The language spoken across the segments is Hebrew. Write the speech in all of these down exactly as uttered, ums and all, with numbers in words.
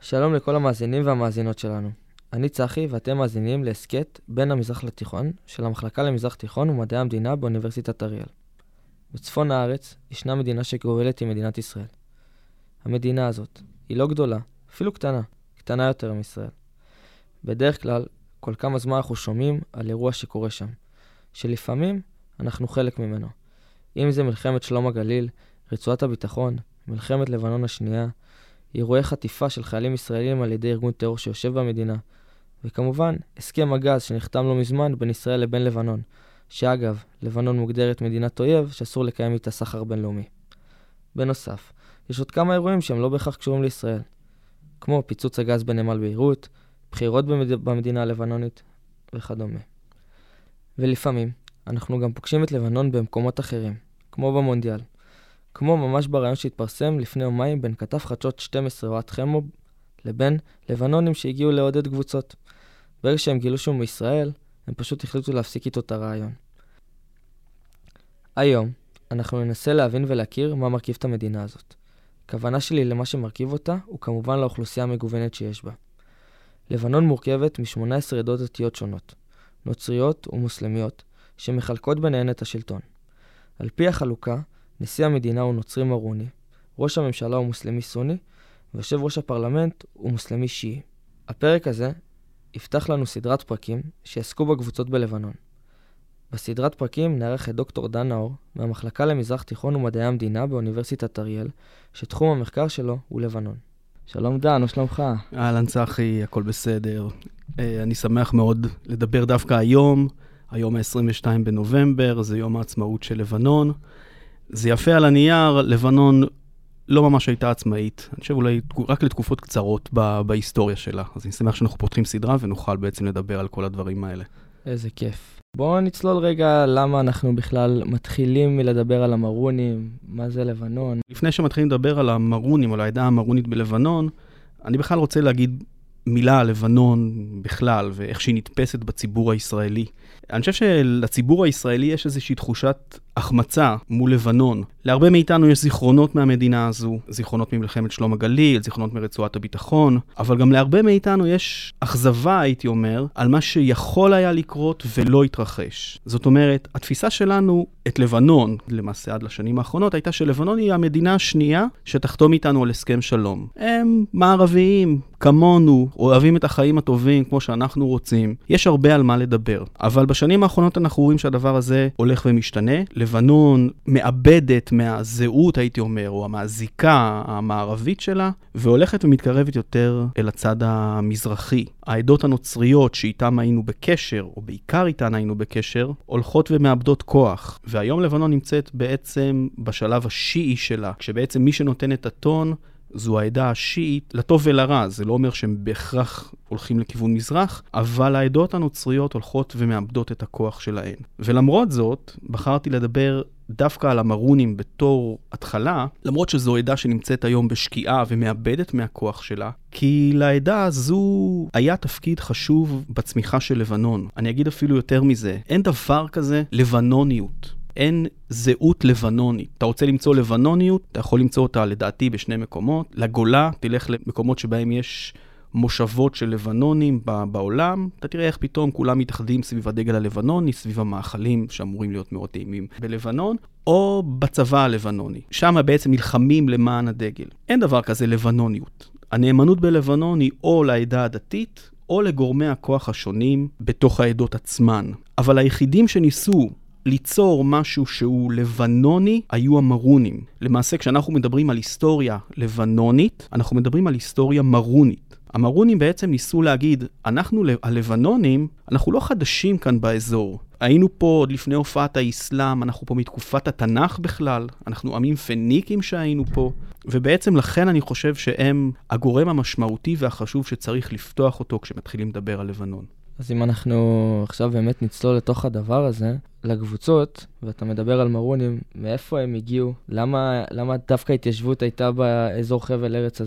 שלום לכל המאזינים והמאזינות שלנו. אני צחי ואתם מאזינים להסכת בין המזרח לתיכון של המחלקה למזרח תיכון ומדעי המדינה באוניברסיטת אריאל. בצפון הארץ ישנה מדינה שגואלת עם מדינת ישראל. המדינה הזאת היא לא גדולה, אפילו קטנה, קטנה יותר מישראל. בדרך כלל, כל כמה זמן אנחנו שומעים על אירוע שקורה שם, שלפעמים אנחנו חלק ממנו. אם זה מלחמת שלום הגליל, רצועת הביטחון, מלחמת לבנון השנייה, אירועי חטיפה של חיילים ישראלים על ידי ארגון טרור שיושב במדינה, וכמובן, הסכם הגז שנחתם לא מזמן בין ישראל לבין לבנון, שאגב, לבנון מוגדרת מדינת אויב שאסור לקיים איתה סחר בינלאומי. בנוסף, יש עוד כמה אירועים שהם לא בהכרח קשורים לישראל, כמו פיצוץ הגז בנמל ביירות, בחירות במד... במדינה הלבנונית וכדומה. ולפעמים, אנחנו גם פוגשים את לבנון במקומות אחרים, כמו במונדיאל. כמו ממש ברעיון שהתפרסם לפני יומיים בין כתב חדשות שתים עשרה אוהד חמו לבין לבנונים שהגיעו לעודד קבוצות. ברגע שהם גילו שהוא מישראל, הם פשוט החליטו להפסיק איתו את הרעיון. היום אנחנו ננסה להבין ולהכיר מה מרכיב את המדינה הזאת. הכוונה שלי למה שמרכיב אותה הוא כמובן לאוכלוסייה המגוונת שיש בה. לבנון מורכבת מ-שמונה עשרה עדות דתיות שונות, נוצריות ומוסלמיות, שמחלקות ביניהן את השלטון. על פי החלוקה, נשיא המדינה הוא נוצרי מרוני, ראש הממשלה הוא מוסלמי סוני, ויושב ראש הפרלמנט הוא מוסלמי שיעי. הפרק הזה יפתח לנו סדרת פרקים שיעסקו בקבוצות בלבנון. בסדרת פרקים נערך את דוקטור דן נאור מהמחלקה למזרח תיכון ומדעי המדינה באוניברסיטת אריאל, שתחום המחקר שלו הוא לבנון. שלום דן, מה שלומך? אהלן צחי, הכל בסדר. אני שמח מאוד לדבר דווקא היום, היום ה-עשרים ושניים בנובמבר, זה יום העצמאות של לבנון. זה יפה על הנייר, לבנון לא ממש הייתה עצמאית. אני חושב אולי רק לתקופות קצרות ב- בהיסטוריה שלה. אז אני שמח שאנחנו פותחים סדרה ונוכל בעצם לדבר על כל הדברים האלה. איזה כיף. בואו נצלול רגע למה אנחנו בכלל מתחילים מלדבר על המרונים, מה זה לבנון. לפני שמתחילים לדבר על המרונים, על העדה המרונית בלבנון, אני בכלל רוצה להגיד מילה על לבנון בכלל, ואיך שהיא נתפסת בציבור הישראלי. אני חושב שלציבור הישראלי יש איזושהי תחושת החמצה מול לבנון. להרבה מאיתנו יש זיכרונות מהמדינה הזו, זיכרונות ממלחמת שלום הגליל, זיכרונות מרצועת הביטחון, אבל גם להרבה מאיתנו יש אכזבה, הייתי אומר, על מה שיכול היה לקרות ולא התרחש. זאת אומרת, התפיסה שלנו את לבנון, למעשה עד לשנים האחרונות, הייתה שלבנון היא המדינה השנייה שתחתום איתנו על הסכם שלום. הם מערביים, כמונו, אוהבים את החיים הטובים כמו שאנחנו רוצים. יש הרבה על מה לדבר. אבל בשנים האחרונות אנחנו רואים שהדבר הזה הולך ומשתנה. לבנון מאבדת מהזהות, הייתי אומר, או מהזיקה המערבית שלה, והולכת ומתקרבת יותר אל הצד המזרחי. העדות הנוצריות שאיתן היינו בקשר, או בעיקר איתן היינו בקשר, הולכות ומאבדות כוח. והיום לבנון נמצאת בעצם בשלב השיעי שלה, כשבעצם מי שנותן את הטון זו העדה השיעית, לטוב ולרע. זה לא אומר שהם בהכרח הולכים לכיוון מזרח, אבל העדות הנוצריות הולכות ומאבדות את הכוח שלהן. ולמרות זאת, בחרתי לדבר דווקא על המרונים בתור התחלה, למרות שזו עדה שנמצאת היום בשקיעה ומאבדת מהכוח שלה, כי לעדה הזו היה תפקיד חשוב בצמיחה של לבנון. אני אגיד אפילו יותר מזה, אין דבר כזה לבנוניות. אין זהות לבנונית. אתה רוצה למצוא לבנוניות, אתה יכול למצוא אותה לדעתי בשני מקומות. לגולה, תלך למקומות שבהם יש מושבות של לבנונים בעולם, אתה תראה איך פתאום כולם מתאחדים סביב הדגל הלבנוני, סביב המאכלים שאמורים להיות מאוד טעימים בלבנון, או בצבא הלבנוני. שם בעצם נלחמים למען הדגל. אין דבר כזה לבנוניות. הנאמנות בלבנון היא או לעדה הדתית, או לגורמי הכוח השונים בתוך העדות עצמן. אבל היחידים שניסו ליצור משהו שהוא לבנוני, היו המרונים. למעשה, כשאנחנו מדברים על היסטוריה לבנונית, אנחנו מדברים על היסטוריה מרונית. המרונים בעצם ניסו להגיד, אנחנו הלבנונים, אנחנו לא חדשים כאן באזור. היינו פה עוד לפני הופעת האסלאם, אנחנו פה מתקופת התנ"ך בכלל, אנחנו עמים פניקים שהיינו פה, ובעצם לכן אני חושב שהם הגורם המשמעותי והחשוב שצריך לפתוח אותו כשמתחילים לדבר על לבנון. אז אם אנחנו עכשיו באמת נצלול לתוך הדבר הזה, לקבוצות, ואתה מדבר על מרונים, מאיפה הם הגיעו? למה, למה דווקא התיישבות הייתה באזור חבל ארץ הזה?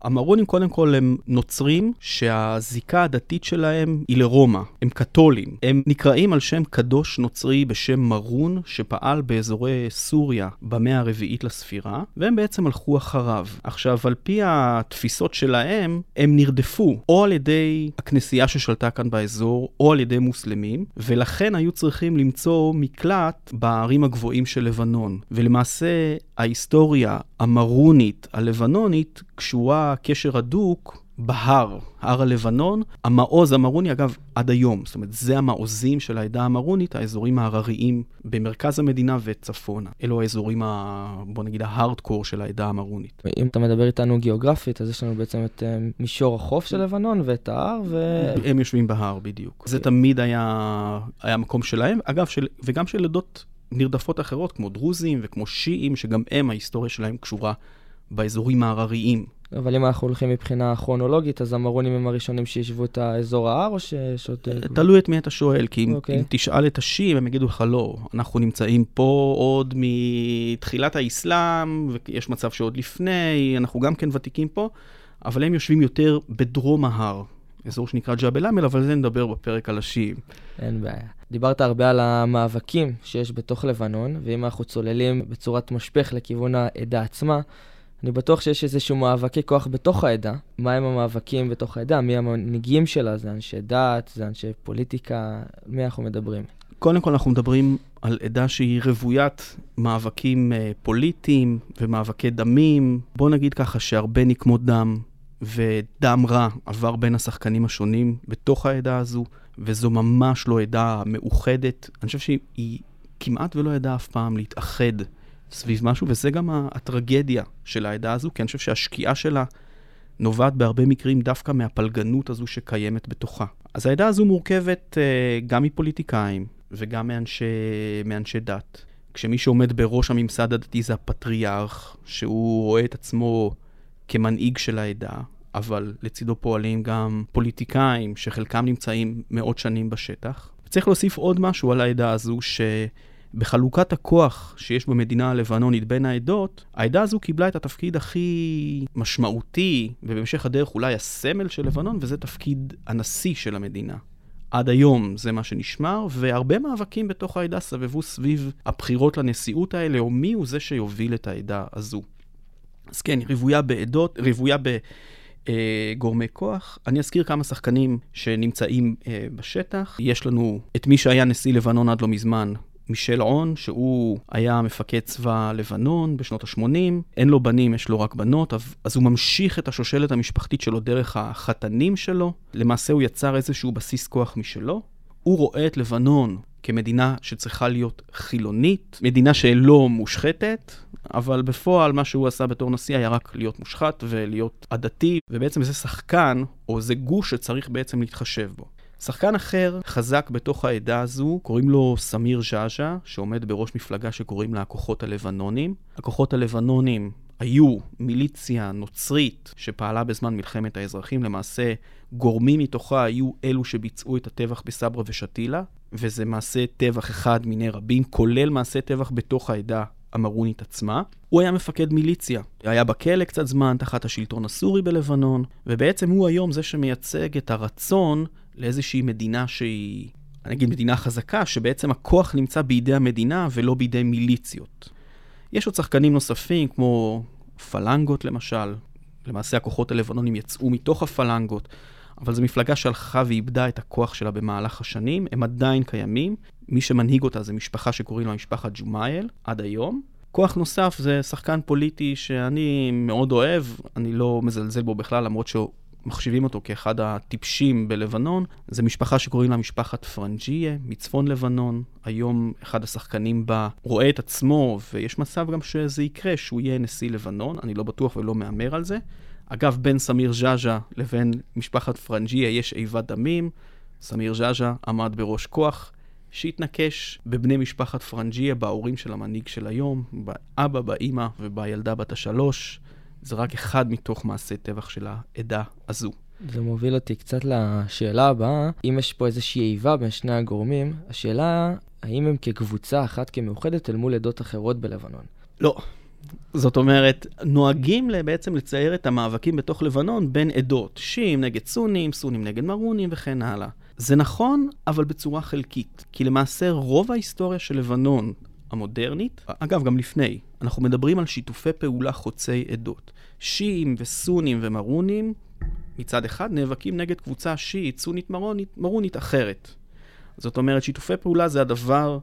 המרונים קודם כל הם נוצרים שהזיקה הדתית שלהם היא לרומא. הם קתולים. הם נקראים על שם קדוש נוצרי בשם מרון, שפעל באזורי סוריה במאה הרביעית לספירה, והם בעצם הלכו אחריו. עכשיו, על פי התפיסות שלהם, הם נרדפו או על ידי הכנסייה ששלטה כאן באזור, או על ידי מוסלמים, ולכן היו צריכים למצוא מקלט בערים הגבוהים של לבנון. ולמעשה, ההיסטוריה המרונית, הלבנונית, קשורה קשר הדוק בהר, הר הלבנון. המעוז המרוני, אגב, עד היום. זאת אומרת, זה המעוזים של העדה המרונית, האזורים ההרריים במרכז המדינה וצפונה. אלו האזורים, ה... בוא נגיד, ההארדקור של העדה המרונית. אם אתה מדבר איתנו גיאוגרפית, אז יש לנו בעצם את מישור החוף של לבנון ואת ההר, ו... הם יושבים בהר, בדיוק. זה תמיד היה, היה מקום שלהם. אגב, של... וגם של עדות נרדפות אחרות, כמו דרוזים וכמו שיעים, שגם הם, ההיסטוריה שלהם קשורה באזורים ההרריים. אבל אם אנחנו הולכים מבחינה כרונולוגית, אז המרונים הם הראשונים שישבו את האזור ההר, או שיש עוד... תלוי את מי אתה שואל, כי אם, okay. אם תשאל את השיעים, הם יגידו לך לא. אנחנו נמצאים פה עוד מתחילת האסלאם, ויש מצב שעוד לפני, אנחנו גם כן ותיקים פה, אבל הם יושבים יותר בדרום ההר, אזור שנקרא ג'בל אמל, אבל זה נדבר בפרק על השיעים. אין בעיה. דיברת הרבה על המאבקים שיש בתוך לבנון, ואם אנחנו צוללים בצורת משפך לכיוון העדה עצמה, אני בטוח שיש איזשהו מאבקי כוח בתוך העדה. מה הם המאבקים בתוך העדה? מי המנהיגים שלה? זה אנשי דת, זה אנשי פוליטיקה? מי אנחנו מדברים? קודם כל אנחנו מדברים על עדה שהיא רוויית מאבקים פוליטיים ומאבקי דמים. בוא נגיד ככה שהרבה נקמות דם ודם רע עבר בין השחקנים השונים בתוך העדה הזו, וזו ממש לא עדה מאוחדת. אני חושב שהיא כמעט ולא ידעה אף פעם להתאחד סביב משהו, וזה גם הטרגדיה של העדה הזו, כי אני חושב שהשקיעה שלה נובעת בהרבה מקרים דווקא מהפלגנות הזו שקיימת בתוכה. אז העדה הזו מורכבת uh, גם מפוליטיקאים וגם מאנשי, מאנשי דת. כשמי שעומד בראש הממסד הדתי זה הפטריארך, שהוא רואה את עצמו כמנהיג של העדה, אבל לצידו פועלים גם פוליטיקאים שחלקם נמצאים מאות שנים בשטח. צריך להוסיף עוד משהו על העדה הזו, שבחלוקת הכוח שיש במדינה הלבנונית בין העדות, העדה הזו קיבלה את התפקיד הכי משמעותי, ובמשך הדרך אולי הסמל של לבנון, וזה תפקיד הנשיא של המדינה. עד היום זה מה שנשמר, והרבה מאבקים בתוך העדה סבבו סביב הבחירות לנשיאות האלה, או מי הוא זה שיוביל את העדה הזו. אז כן, רבויה בעדות, רבויה בגורמי כוח. אני אזכיר כמה שחקנים שנמצאים אה, בשטח. יש לנו את מי שהיה נשיא לבנון עד לא מזמן, מישל עון, שהוא היה מפקד צבא לבנון בשנות ה-שמונים. אין לו בנים, יש לו רק בנות, אז הוא ממשיך את השושלת המשפחתית שלו דרך החתנים שלו. למעשה הוא יצר איזשהו בסיס כוח משלו. הוא רואה את לבנון כמדינה שצריכה להיות חילונית, מדינה שלא מושחתת, אבל בפועל מה שהוא עשה בתור נשיא היה רק להיות מושחת ולהיות עדתי, ובעצם זה שחקן או זה גוש שצריך בעצם להתחשב בו. שחקן אחר חזק בתוך העדה הזו, קוראים לו סמיר ז'אז'ה, שעומד בראש מפלגה שקוראים לה הכוחות הלבנונים. הכוחות הלבנונים היו מיליציה נוצרית שפעלה בזמן מלחמת האזרחים, למעשה גורמים מתוכה היו אלו שביצעו את הטבח בסברה ושתילה, וזה מעשה טבח אחד מיני רבים, כולל מעשה טבח בתוך העדה המרונית עצמה. הוא היה מפקד מיליציה, היה בכלא קצת זמן תחת השלטון הסורי בלבנון, ובעצם הוא היום זה שמייצג את הרצון לאיזושהי מדינה שהיא, אני אגיד מדינה חזקה, שבעצם הכוח נמצא בידי המדינה ולא בידי מיליציות. יש עוד שחקנים נוספים כמו פלנגות למשל, למעשה הכוחות הלבנונים יצאו מתוך הפלנגות, אבל זו מפלגה שהלכה ואיבדה את הכוח שלה במהלך השנים, הם עדיין קיימים, מי שמנהיג אותה זה משפחה שקוראים לה משפחת ג'ומאייל עד היום. כוח נוסף זה שחקן פוליטי שאני מאוד אוהב, אני לא מזלזל בו בכלל למרות שהוא מחשיבים אותו כאחד הטיפשים בלבנון. זה משפחה שקוראים לה משפחת פרנג'יה, מצפון לבנון. היום אחד השחקנים בה רואה את עצמו, ויש מצב גם שזה יקרה, שהוא יהיה נשיא לבנון. אני לא בטוח ולא מאמר על זה. אגב, בין סמיר ז'אז'ה לבין משפחת פרנג'יה יש איבת דמים. סמיר ז'אז'ה עמד בראש כוח שהתנקש בבני משפחת פרנג'יה, בהורים של המנהיג של היום, באבא, באמא ובילדה בת השלוש. זה רק אחד מתוך מעשי טבח של העדה הזו. זה מוביל אותי קצת לשאלה הבאה. אם יש פה איזושהי איבה בין שני הגורמים, השאלה האם הם כקבוצה אחת כמאוחדת אל מול עדות אחרות בלבנון? לא, זאת אומרת, נוהגים בעצם לצייר את המאבקים בתוך לבנון בין עדות, שיעים נגד סונים, סונים נגד מרונים וכן הלאה. זה נכון, אבל בצורה חלקית, כי למעשה רוב ההיסטוריה של לבנון המודרנית, אגב גם לפני, אנחנו מדברים על שיתופי פעולה חוצי עדות. שיעים וסונים ומרונים מצד אחד נאבקים נגד קבוצה שיעית, סונית, מרונית, מרונית אחרת. זאת אומרת, שיתופי פעולה זה הדבר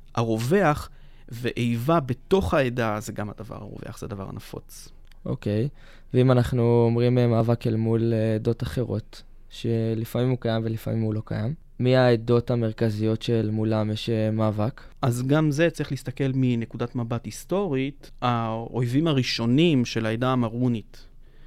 הרווח, ואיבה בתוך העדה זה גם הדבר הרווח, זה הדבר הנפוץ. אוקיי, ואם אנחנו אומרים מאבק אל מול עדות אחרות, שלפעמים הוא קיים ולפעמים הוא לא קיים, מי העדות המרכזיות של מולם יש מאבק? אז גם זה צריך להסתכל מנקודת מבט היסטורית. האויבים הראשונים של העדה המרונית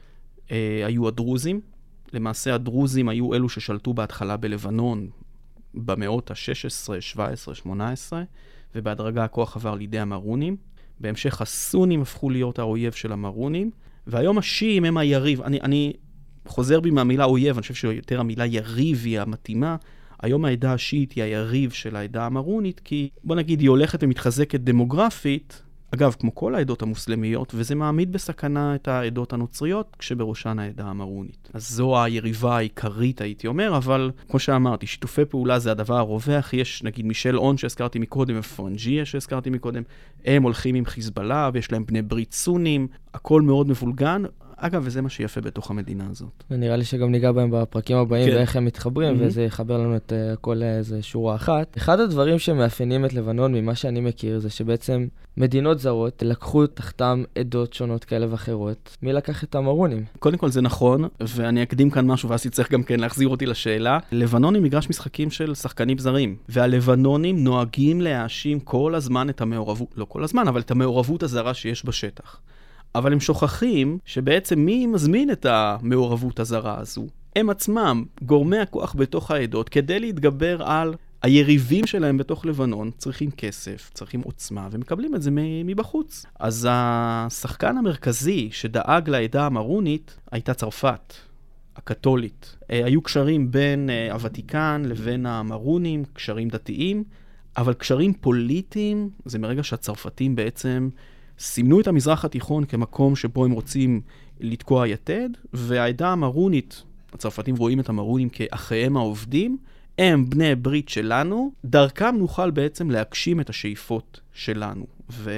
אה, היו הדרוזים. למעשה הדרוזים היו אלו ששלטו בהתחלה בלבנון במאות ה-שש עשרה, שבע עשרה, שמונה עשרה, ובהדרגה הכוח עבר לידי המרונים. בהמשך הסונים הפכו להיות האויב של המרונים, והיום השיעים הם היריב. אני, אני חוזר בי מהמילה אויב, אני חושב שיותר המילה יריב היא המתאימה. היום העדה השיעית היא היריב של העדה המרונית, כי בוא נגיד היא הולכת ומתחזקת דמוגרפית, אגב, כמו כל העדות המוסלמיות, וזה מעמיד בסכנה את העדות הנוצריות, כשבראשן העדה המרונית. אז זו היריבה העיקרית, הייתי אומר, אבל כמו שאמרתי, שיתופי פעולה זה הדבר הרווח. יש, נגיד, מישל און שהזכרתי מקודם, ופרנג'יה שהזכרתי מקודם, הם הולכים עם חיזבאללה, ויש להם בני ברית סונים, הכל מאוד מבולגן. אגב, וזה מה שיפה בתוך המדינה הזאת. ונראה לי שגם ניגע בהם בפרקים הבאים, כן. ואיך הם מתחברים, mm-hmm. וזה יחבר לנו את uh, הכל לאיזה שורה אחת. אחד הדברים שמאפיינים את לבנון, ממה שאני מכיר, זה שבעצם מדינות זרות לקחו תחתם עדות שונות כאלה ואחרות. מי לקח את המרונים? קודם כל זה נכון, ואני אקדים כאן משהו, ואז צריך גם כן להחזיר אותי לשאלה. לבנון היא מגרש משחקים של שחקנים זרים, והלבנונים נוהגים להאשים כל הזמן את המעורבות, לא כל הזמן, אבל את המעורבות הזרה שיש בשטח. אבל הם שוכחים שבעצם מי מזמין את המעורבות הזרה הזו? הם עצמם, גורמי הכוח בתוך העדות, כדי להתגבר על היריבים שלהם בתוך לבנון, צריכים כסף, צריכים עוצמה, ומקבלים את זה מבחוץ. אז השחקן המרכזי שדאג לעדה המרונית הייתה צרפת, הקתולית. היו קשרים בין הוותיקן לבין המרונים, קשרים דתיים, אבל קשרים פוליטיים, זה מרגע שהצרפתים בעצם סימנו את המזרח התיכון כמקום שבו הם רוצים לתקוע יתד, והעדה המרונית, הצרפתים רואים את המרונים כאחיהם העובדים, הם בני ברית שלנו, דרכם נוכל בעצם להגשים את השאיפות שלנו.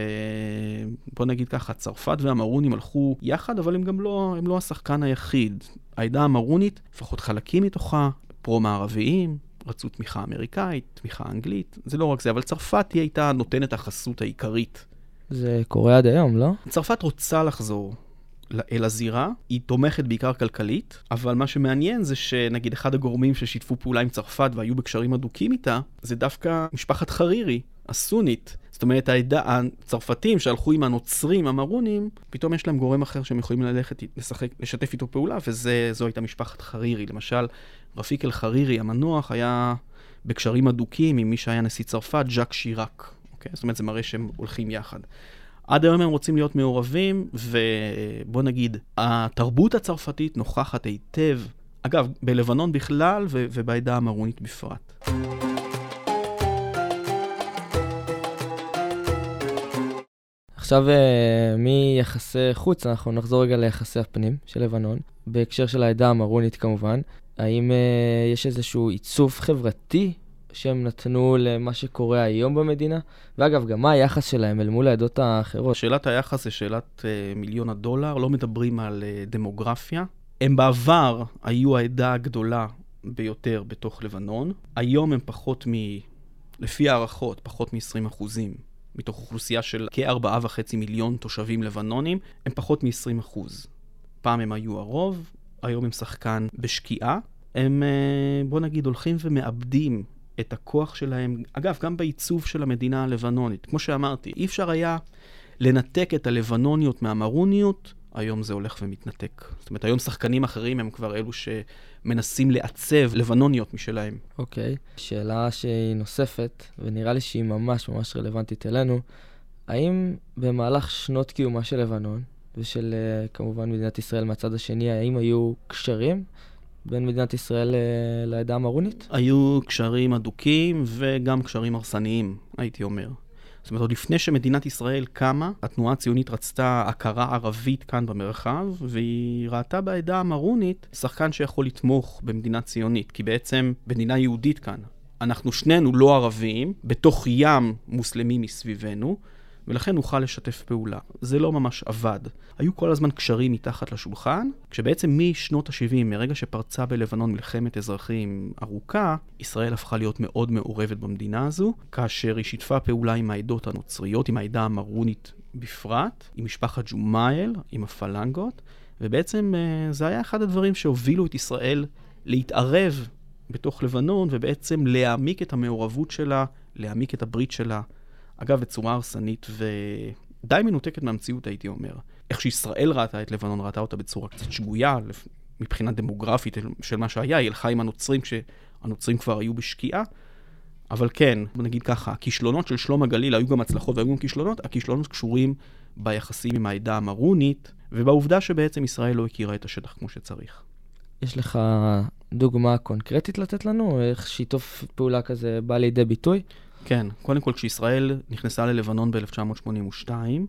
ובוא נגיד ככה, צרפת והמרונים הלכו יחד, אבל הם גם לא, הם לא השחקן היחיד. העדה המרונית, לפחות חלקים מתוכה, פרו-מערביים, רצו תמיכה אמריקאית, תמיכה אנגלית, זה לא רק זה, אבל צרפת היא הייתה נותנת החסות העיקרית. זה קורה עד היום, לא? צרפת רוצה לחזור אל הזירה, היא תומכת בעיקר כלכלית, אבל מה שמעניין זה שנגיד אחד הגורמים ששיתפו פעולה עם צרפת והיו בקשרים הדוקים איתה, זה דווקא משפחת חרירי, הסונית. זאת אומרת, העדה, הצרפתים שהלכו עם הנוצרים, המרונים, פתאום יש להם גורם אחר שהם יכולים ללכת, לשחק, לשתף איתו פעולה, וזו הייתה משפחת חרירי. למשל, רפיק אל חרירי, המנוח, היה בקשרים הדוקים עם מי שהיה נשיא צרפת, ז'אק שיראק. Okay? זאת אומרת, זה מראה שהם הולכים יחד. עד היום הם רוצים להיות מעורבים, ובוא נגיד, התרבות הצרפתית נוכחת היטב, אגב, בלבנון בכלל ו- ובעדה המרונית בפרט. עכשיו, מיחסי חוץ, אנחנו נחזור רגע ליחסי הפנים של לבנון, בהקשר של העדה המרונית כמובן. האם יש איזשהו עיצוב חברתי שהם נתנו למה שקורה היום במדינה? ואגב, גם מה היחס שלהם אל מול העדות האחרות? שאלת היחס זה שאלת uh, מיליון הדולר, לא מדברים על uh, דמוגרפיה. הם בעבר היו העדה הגדולה ביותר בתוך לבנון. היום הם פחות מ... לפי הערכות, פחות מ-עשרים אחוזים. מתוך אוכלוסייה של כ-ארבעה וחצי מיליון תושבים לבנונים, הם פחות מ-עשרים אחוז. פעם הם היו הרוב, היום הם שחקן בשקיעה. הם, uh, בוא נגיד, הולכים ומאבדים את הכוח שלהם, אגב, גם בעיצוב של המדינה הלבנונית. כמו שאמרתי, אי אפשר היה לנתק את הלבנוניות מהמרוניות, היום זה הולך ומתנתק. זאת אומרת, היום שחקנים אחרים הם כבר אלו שמנסים לעצב לבנוניות משלהם. אוקיי, שאלה שהיא נוספת, ונראה לי שהיא ממש ממש רלוונטית אלינו, האם במהלך שנות קיומה של לבנון, ושל כמובן מדינת ישראל מהצד השני, האם היו קשרים בין מדינת ישראל לעדה המרונית? היו קשרים אדוקים וגם קשרים הרסניים, הייתי אומר. זאת אומרת, עוד לפני שמדינת ישראל קמה, התנועה הציונית רצתה הכרה ערבית כאן במרחב, והיא ראתה בעדה המרונית שחקן שיכול לתמוך במדינה ציונית, כי בעצם במדינה יהודית כאן, אנחנו שנינו לא ערבים, בתוך ים מוסלמי מסביבנו, ולכן נוכל לשתף פעולה. זה לא ממש עבד. היו כל הזמן קשרים מתחת לשולחן, כשבעצם משנות ה-שבעים, מרגע שפרצה בלבנון מלחמת אזרחים ארוכה, ישראל הפכה להיות מאוד מעורבת במדינה הזו, כאשר היא שיתפה פעולה עם העדות הנוצריות, עם העדה המרונית בפרט, עם משפחת ג'ומאייל, עם הפלנגות, ובעצם זה היה אחד הדברים שהובילו את ישראל להתערב בתוך לבנון, ובעצם להעמיק את המעורבות שלה, להעמיק את הברית שלה, אגב, בצורה הרסנית ודי מנותקת מהמציאות, הייתי אומר. איך שישראל ראתה את לבנון, ראתה אותה בצורה קצת שגויה, מבחינה דמוגרפית של מה שהיה, היא הלכה עם הנוצרים כשהנוצרים כבר היו בשקיעה, אבל כן, נגיד ככה, הכישלונות של שלום הגליל, היו גם הצלחות והיו גם כישלונות, הכישלונות קשורים ביחסים עם העדה המרונית, ובעובדה שבעצם ישראל לא הכירה את השטח כמו שצריך. יש לך דוגמה קונקרטית לתת לנו? איך שיתוף פעולה כזה בא לידי ביטוי? כן, קודם כל כשישראל נכנסה ללבנון ב-אלף תשע מאות שמונים ושתיים,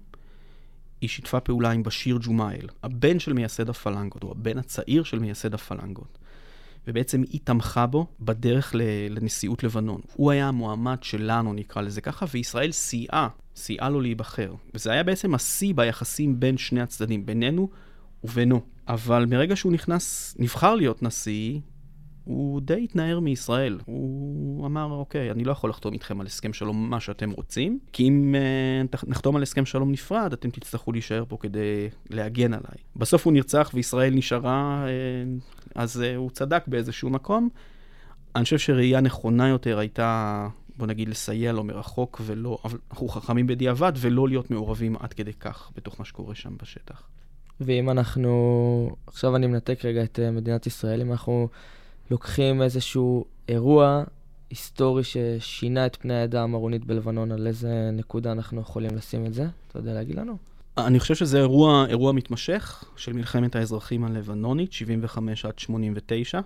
היא שיתפה פעולה עם בשיר ג'ומאייל, הבן של מייסד הפלנגות, או הבן הצעיר של מייסד הפלנגות. ובעצם היא תמכה בו בדרך לנשיאות לבנון. הוא היה המועמד שלנו, נקרא לזה ככה, וישראל סייעה, סייעה לו להיבחר. וזה היה בעצם השיא ביחסים בין שני הצדדים, בינינו ובינו. אבל מרגע שהוא נכנס, נבחר להיות נשיא, הוא די התנער מישראל. הוא אמר, אוקיי, אני לא יכול לחתום איתכם על הסכם שלום מה שאתם רוצים, כי אם uh, נחתום על הסכם שלום נפרד, אתם תצטרכו להישאר פה כדי להגן עליי. בסוף הוא נרצח וישראל נשארה, uh, אז uh, הוא צדק באיזשהו מקום. אני חושב שראייה נכונה יותר הייתה, בוא נגיד, לסייע לו מרחוק, ולא, אבל אנחנו חכמים בדיעבד, ולא להיות מעורבים עד כדי כך בתוך מה שקורה שם בשטח. ואם אנחנו, עכשיו אני מנתק רגע את uh, מדינת ישראל, אם אנחנו לוקחים איזשהו אירוע היסטורי ששינה את פני העדה המרונית בלבנון, על איזה נקודה אנחנו יכולים לשים את זה? אתה יודע להגיד לנו? אני חושב שזה אירוע, אירוע מתמשך של מלחמת האזרחים הלבנונית, שבעים וחמש עד שמונים ותשע.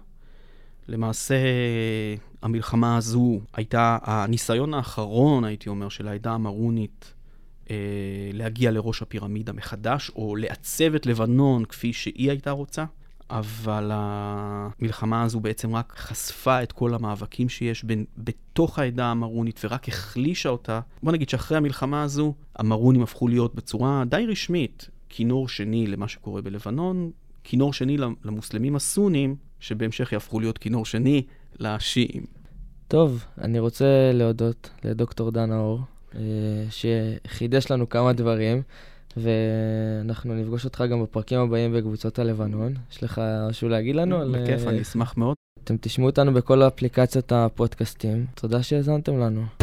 למעשה, המלחמה הזו הייתה הניסיון האחרון, הייתי אומר, של העדה המרונית אה, להגיע לראש הפירמידה מחדש, או לעצב את לבנון כפי שהיא הייתה רוצה. אבל המלחמה הזו בעצם רק חשפה את כל המאבקים שיש בין, בתוך העדה המרונית, ורק החלישה אותה. בוא נגיד שאחרי המלחמה הזו, המרונים הפכו להיות בצורה די רשמית, כינור שני למה שקורה בלבנון, כינור שני למוסלמים הסונים, שבהמשך יהפכו להיות כינור שני לשיעים. טוב, אני רוצה להודות לדוקטור דן האור, שחידש לנו כמה דברים, ואנחנו נפגוש אותך גם בפרקים הבאים בקבוצות הלבנון. יש לך משהו להגיד לנו? בכיף, אני אשמח מאוד. אתם תשמעו אותנו בכל האפליקציות הפודקאסטים. תודה שהזנתם לנו.